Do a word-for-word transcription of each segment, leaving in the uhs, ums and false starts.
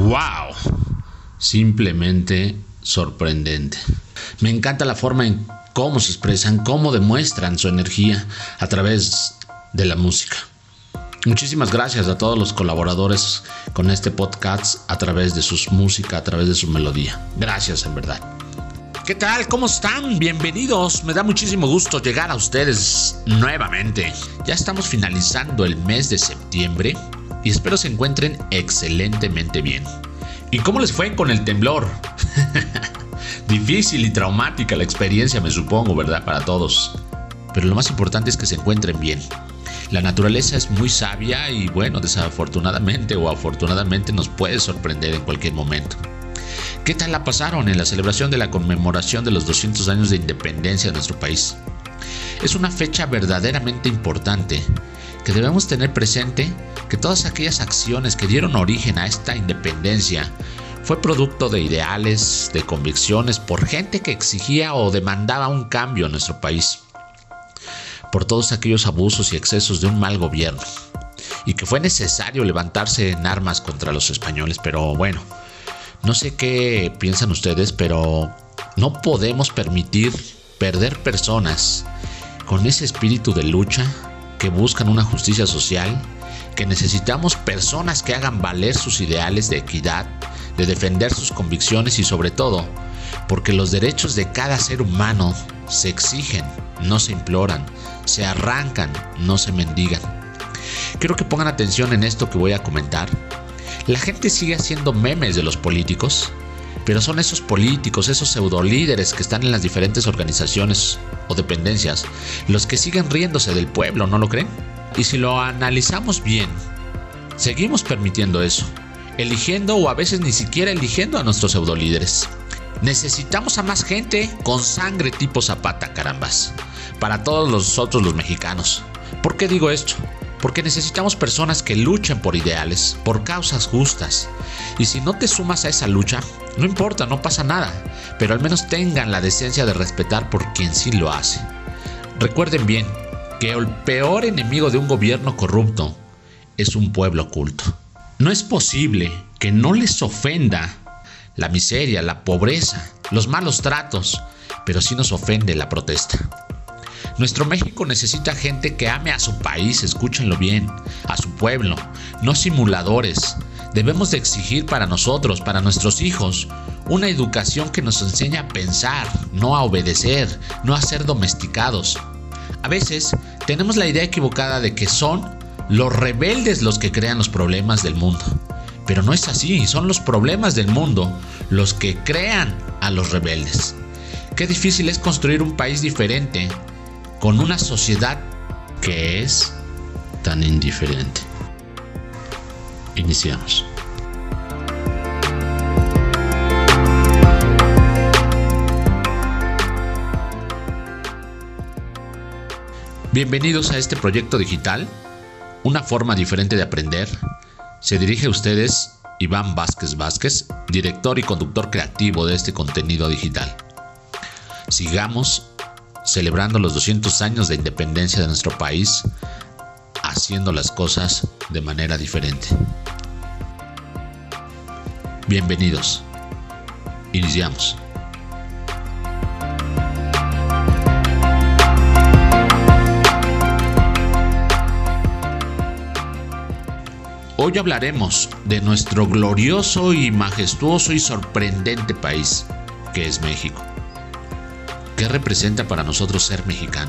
¡Wow! Simplemente sorprendente. Me encanta la forma en cómo se expresan, cómo demuestran su energía a través de la música. Muchísimas gracias a todos los colaboradores con este podcast a través de su música, a través de su melodía. Gracias, en verdad. ¿Qué tal? ¿Cómo están? Bienvenidos. Me da muchísimo gusto llegar a ustedes nuevamente. Ya estamos finalizando el mes de septiembre y espero se encuentren excelentemente bien. ¿Y cómo les fue con el temblor? Difícil y traumática la experiencia, me supongo, ¿verdad? Para todos. Pero lo más importante es que se encuentren bien. La naturaleza es muy sabia y, bueno, desafortunadamente o afortunadamente nos puede sorprender en cualquier momento. ¿Qué tal la pasaron en la celebración de la conmemoración de los doscientos años de independencia de nuestro país? Es una fecha verdaderamente importante que debemos tener presente que todas aquellas acciones que dieron origen a esta independencia fue producto de ideales, de convicciones, por gente que exigía o demandaba un cambio en nuestro país, por todos aquellos abusos y excesos de un mal gobierno, y que fue necesario levantarse en armas contra los españoles. Pero bueno, no sé qué piensan ustedes, pero no podemos permitir perder personas con ese espíritu de lucha, que buscan una justicia social, que necesitamos personas que hagan valer sus ideales de equidad, de defender sus convicciones y sobre todo, porque los derechos de cada ser humano se exigen, no se imploran, se arrancan, no se mendigan. Quiero que pongan atención en esto que voy a comentar. La gente sigue haciendo memes de los políticos, pero son esos políticos, esos pseudolíderes que están en las diferentes organizaciones o dependencias, los que siguen riéndose del pueblo, ¿no lo creen? Y si lo analizamos bien, seguimos permitiendo eso, eligiendo o a veces ni siquiera eligiendo a nuestros pseudolíderes. Necesitamos a más gente con sangre tipo Zapata, carambas, para todos nosotros los mexicanos. ¿Por qué digo esto? Porque necesitamos personas que luchen por ideales, por causas justas. Y si no te sumas a esa lucha, no importa, no pasa nada, pero al menos tengan la decencia de respetar por quien sí lo hace. Recuerden bien que el peor enemigo de un gobierno corrupto es un pueblo oculto. No es posible que no les ofenda la miseria, la pobreza, los malos tratos, pero sí nos ofende la protesta. Nuestro México necesita gente que ame a su país, escúchenlo bien, a su pueblo, no simuladores. Debemos de exigir para nosotros, para nuestros hijos, una educación que nos enseñe a pensar, no a obedecer, no a ser domesticados. A veces tenemos la idea equivocada de que son los rebeldes los que crean los problemas del mundo. Pero no es así, son los problemas del mundo los que crean a los rebeldes. Qué difícil es construir un país diferente con una sociedad que es tan indiferente. Iniciamos. Bienvenidos a este proyecto digital, una forma diferente de aprender. Se dirige a ustedes Iván Vázquez Vázquez, director y conductor creativo de este contenido digital. Sigamos celebrando los doscientos años de independencia de nuestro país, haciendo las cosas de manera diferente. Bienvenidos. Iniciamos. Hoy hablaremos de nuestro glorioso y majestuoso y sorprendente país, que es México. ¿Qué representa para nosotros ser mexicano?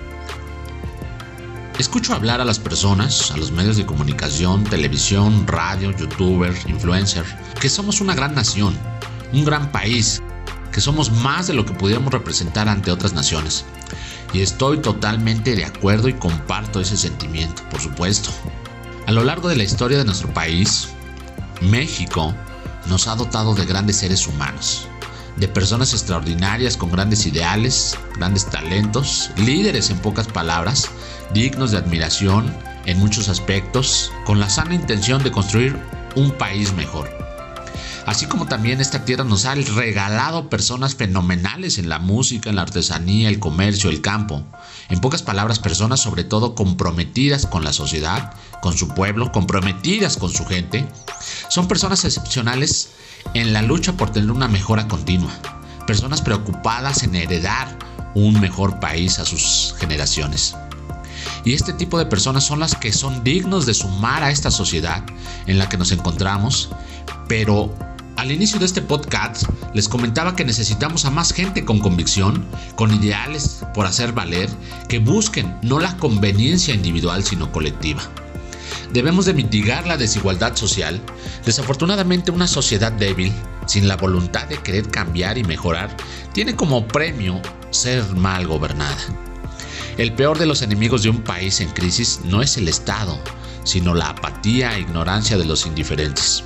Escucho hablar a las personas, a los medios de comunicación, televisión, radio, youtuber, influencer, que somos una gran nación, un gran país, que somos más de lo que pudiéramos representar ante otras naciones. Y estoy totalmente de acuerdo y comparto ese sentimiento, por supuesto. A lo largo de la historia de nuestro país, México nos ha dotado de grandes seres humanos, de personas extraordinarias con grandes ideales, grandes talentos, líderes en pocas palabras, dignos de admiración en muchos aspectos, con la sana intención de construir un país mejor. Así como también esta tierra nos ha regalado personas fenomenales en la música, en la artesanía, el comercio, el campo. En pocas palabras, personas sobre todo comprometidas con la sociedad, con su pueblo, comprometidas con su gente Son personas excepcionales en la lucha por tener una mejora continua, personas preocupadas en heredar un mejor país a sus generaciones. Y este tipo de personas son las que son dignos de sumar a esta sociedad en la que nos encontramos. Pero al inicio de este podcast les comentaba que necesitamos a más gente con convicción, con ideales por hacer valer, que busquen no la conveniencia individual sino colectiva. Debemos de mitigar la desigualdad social. Desafortunadamente, una sociedad débil, sin la voluntad de querer cambiar y mejorar, tiene como premio ser mal gobernada. El peor de los enemigos de un país en crisis no es el Estado, sino la apatía e ignorancia de los indiferentes.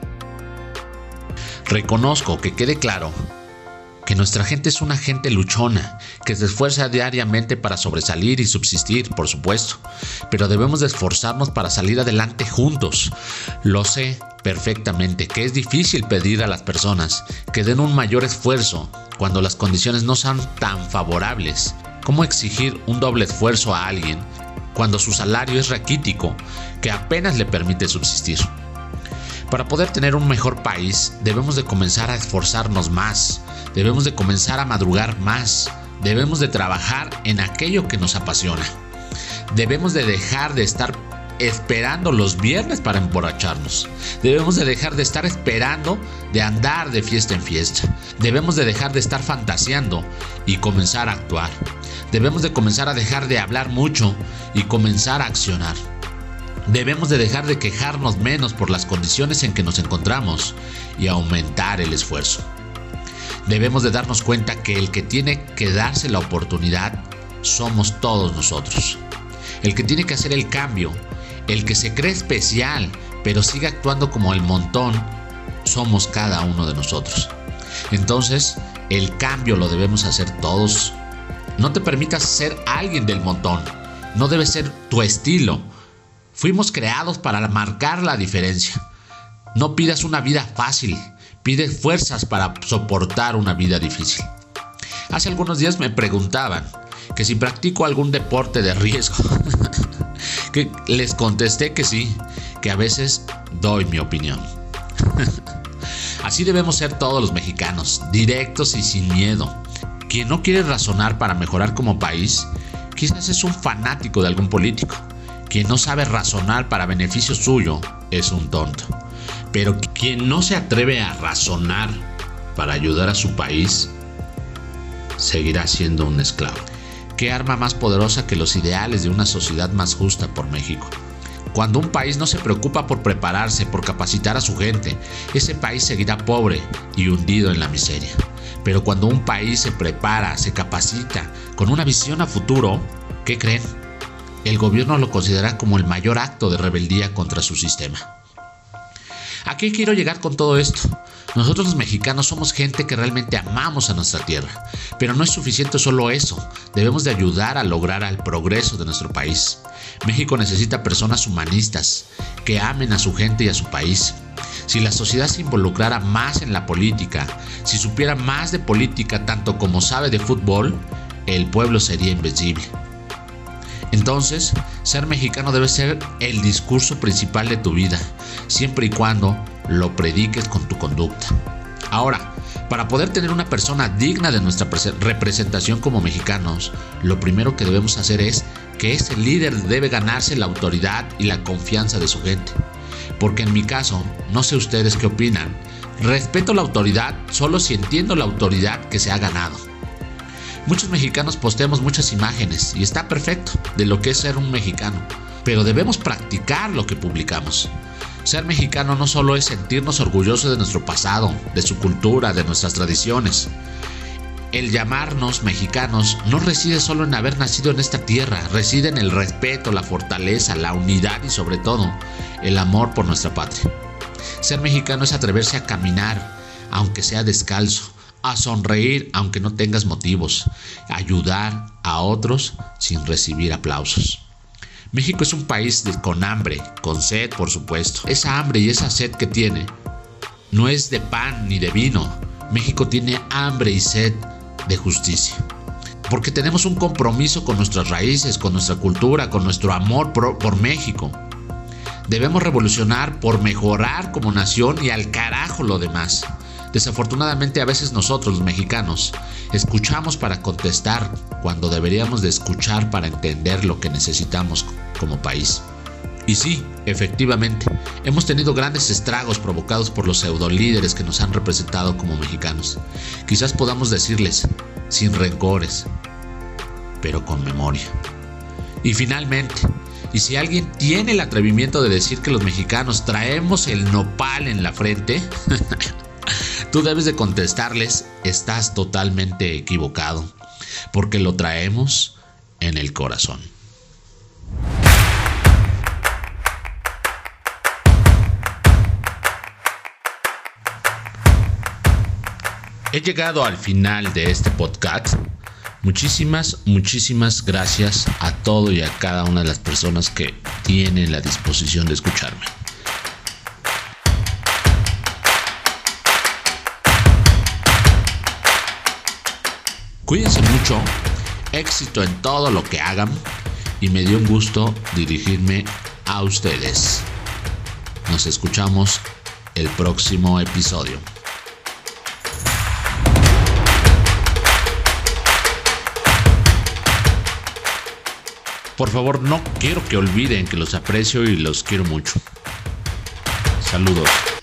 Reconozco, que quede claro, que nuestra gente es una gente luchona, que se esfuerza diariamente para sobresalir y subsistir, por supuesto, pero debemos de esforzarnos para salir adelante juntos. Lo sé perfectamente que es difícil pedir a las personas que den un mayor esfuerzo cuando las condiciones no son tan favorables. ¿Cómo exigir un doble esfuerzo a alguien cuando su salario es raquítico, que apenas le permite subsistir? Para poder tener un mejor país, debemos de comenzar a esforzarnos más, debemos de comenzar a madrugar más, debemos de trabajar en aquello que nos apasiona. Debemos de dejar de estar esperando los viernes para emborracharnos. Debemos de dejar de estar esperando de andar de fiesta en fiesta. Debemos de dejar de estar fantaseando y comenzar a actuar. Debemos de comenzar a dejar de hablar mucho y comenzar a accionar. Debemos de dejar de quejarnos menos por las condiciones en que nos encontramos y aumentar el esfuerzo. Debemos de darnos cuenta que el que tiene que darse la oportunidad somos todos nosotros. El que tiene que hacer el cambio, el que se cree especial, pero sigue actuando como el montón, somos cada uno de nosotros. Entonces, el cambio lo debemos hacer todos. No te permitas ser alguien del montón. No debe ser tu estilo. Fuimos creados para marcar la diferencia. No pidas una vida fácil. Pide fuerzas para soportar una vida difícil. Hace algunos días me preguntaban que si practico algún deporte de riesgo. Que les contesté que sí, que a veces doy mi opinión. Así debemos ser todos los mexicanos, directos y sin miedo. Quien no quiere razonar para mejorar como país, quizás es un fanático de algún político. Quien no sabe razonar para beneficio suyo es un tonto. Pero quien no se atreve a razonar para ayudar a su país, seguirá siendo un esclavo. ¿Qué arma más poderosa que los ideales de una sociedad más justa por México? Cuando un país no se preocupa por prepararse, por capacitar a su gente, ese país seguirá pobre y hundido en la miseria. Pero cuando un país se prepara, se capacita, con una visión a futuro, ¿qué creen? El gobierno lo considera como el mayor acto de rebeldía contra su sistema. ¿A qué quiero llegar con todo esto? Nosotros los mexicanos somos gente que realmente amamos a nuestra tierra, pero no es suficiente solo eso. Debemos de ayudar a lograr el progreso de nuestro país. México necesita personas humanistas que amen a su gente y a su país. Si la sociedad se involucrara más en la política, si supiera más de política tanto como sabe de fútbol, el pueblo sería invencible. Entonces, ser mexicano debe ser el discurso principal de tu vida, siempre y cuando lo prediques con tu conducta. Ahora, para poder tener una persona digna de nuestra representación como mexicanos, lo primero que debemos hacer es que ese líder debe ganarse la autoridad y la confianza de su gente. Porque en mi caso, no sé ustedes qué opinan, respeto la autoridad solo si entiendo la autoridad que se ha ganado. Muchos mexicanos posteamos muchas imágenes y está perfecto de lo que es ser un mexicano, pero debemos practicar lo que publicamos. Ser mexicano no solo es sentirnos orgullosos de nuestro pasado, de su cultura, de nuestras tradiciones. El llamarnos mexicanos no reside solo en haber nacido en esta tierra, reside en el respeto, la fortaleza, la unidad y sobre todo el amor por nuestra patria. Ser mexicano es atreverse a caminar, aunque sea descalzo, a sonreír aunque no tengas motivos, a ayudar a otros sin recibir aplausos. México es un país de, con hambre, con sed, por supuesto. Esa hambre y esa sed que tiene no es de pan ni de vino. México tiene hambre y sed de justicia. Porque tenemos un compromiso con nuestras raíces, con nuestra cultura, con nuestro amor por, por México. Debemos revolucionar por mejorar como nación y al carajo lo demás. Desafortunadamente a veces nosotros los mexicanos escuchamos para contestar cuando deberíamos de escuchar para entender lo que necesitamos como país. Y sí, efectivamente, hemos tenido grandes estragos provocados por los pseudolíderes que nos han representado como mexicanos. Quizás podamos decirles, sin rencores, pero con memoria. Y finalmente, y si alguien tiene el atrevimiento de decir que los mexicanos traemos el nopal en la frente, tú debes de contestarles, estás totalmente equivocado, porque lo traemos en el corazón. He llegado al final de este podcast. Muchísimas, muchísimas gracias a todo y a cada una de las personas que tienen la disposición de escucharme. Cuídense mucho, éxito en todo lo que hagan y me dio un gusto dirigirme a ustedes. Nos escuchamos el próximo episodio. Por favor, no quiero que olviden que los aprecio y los quiero mucho. Saludos.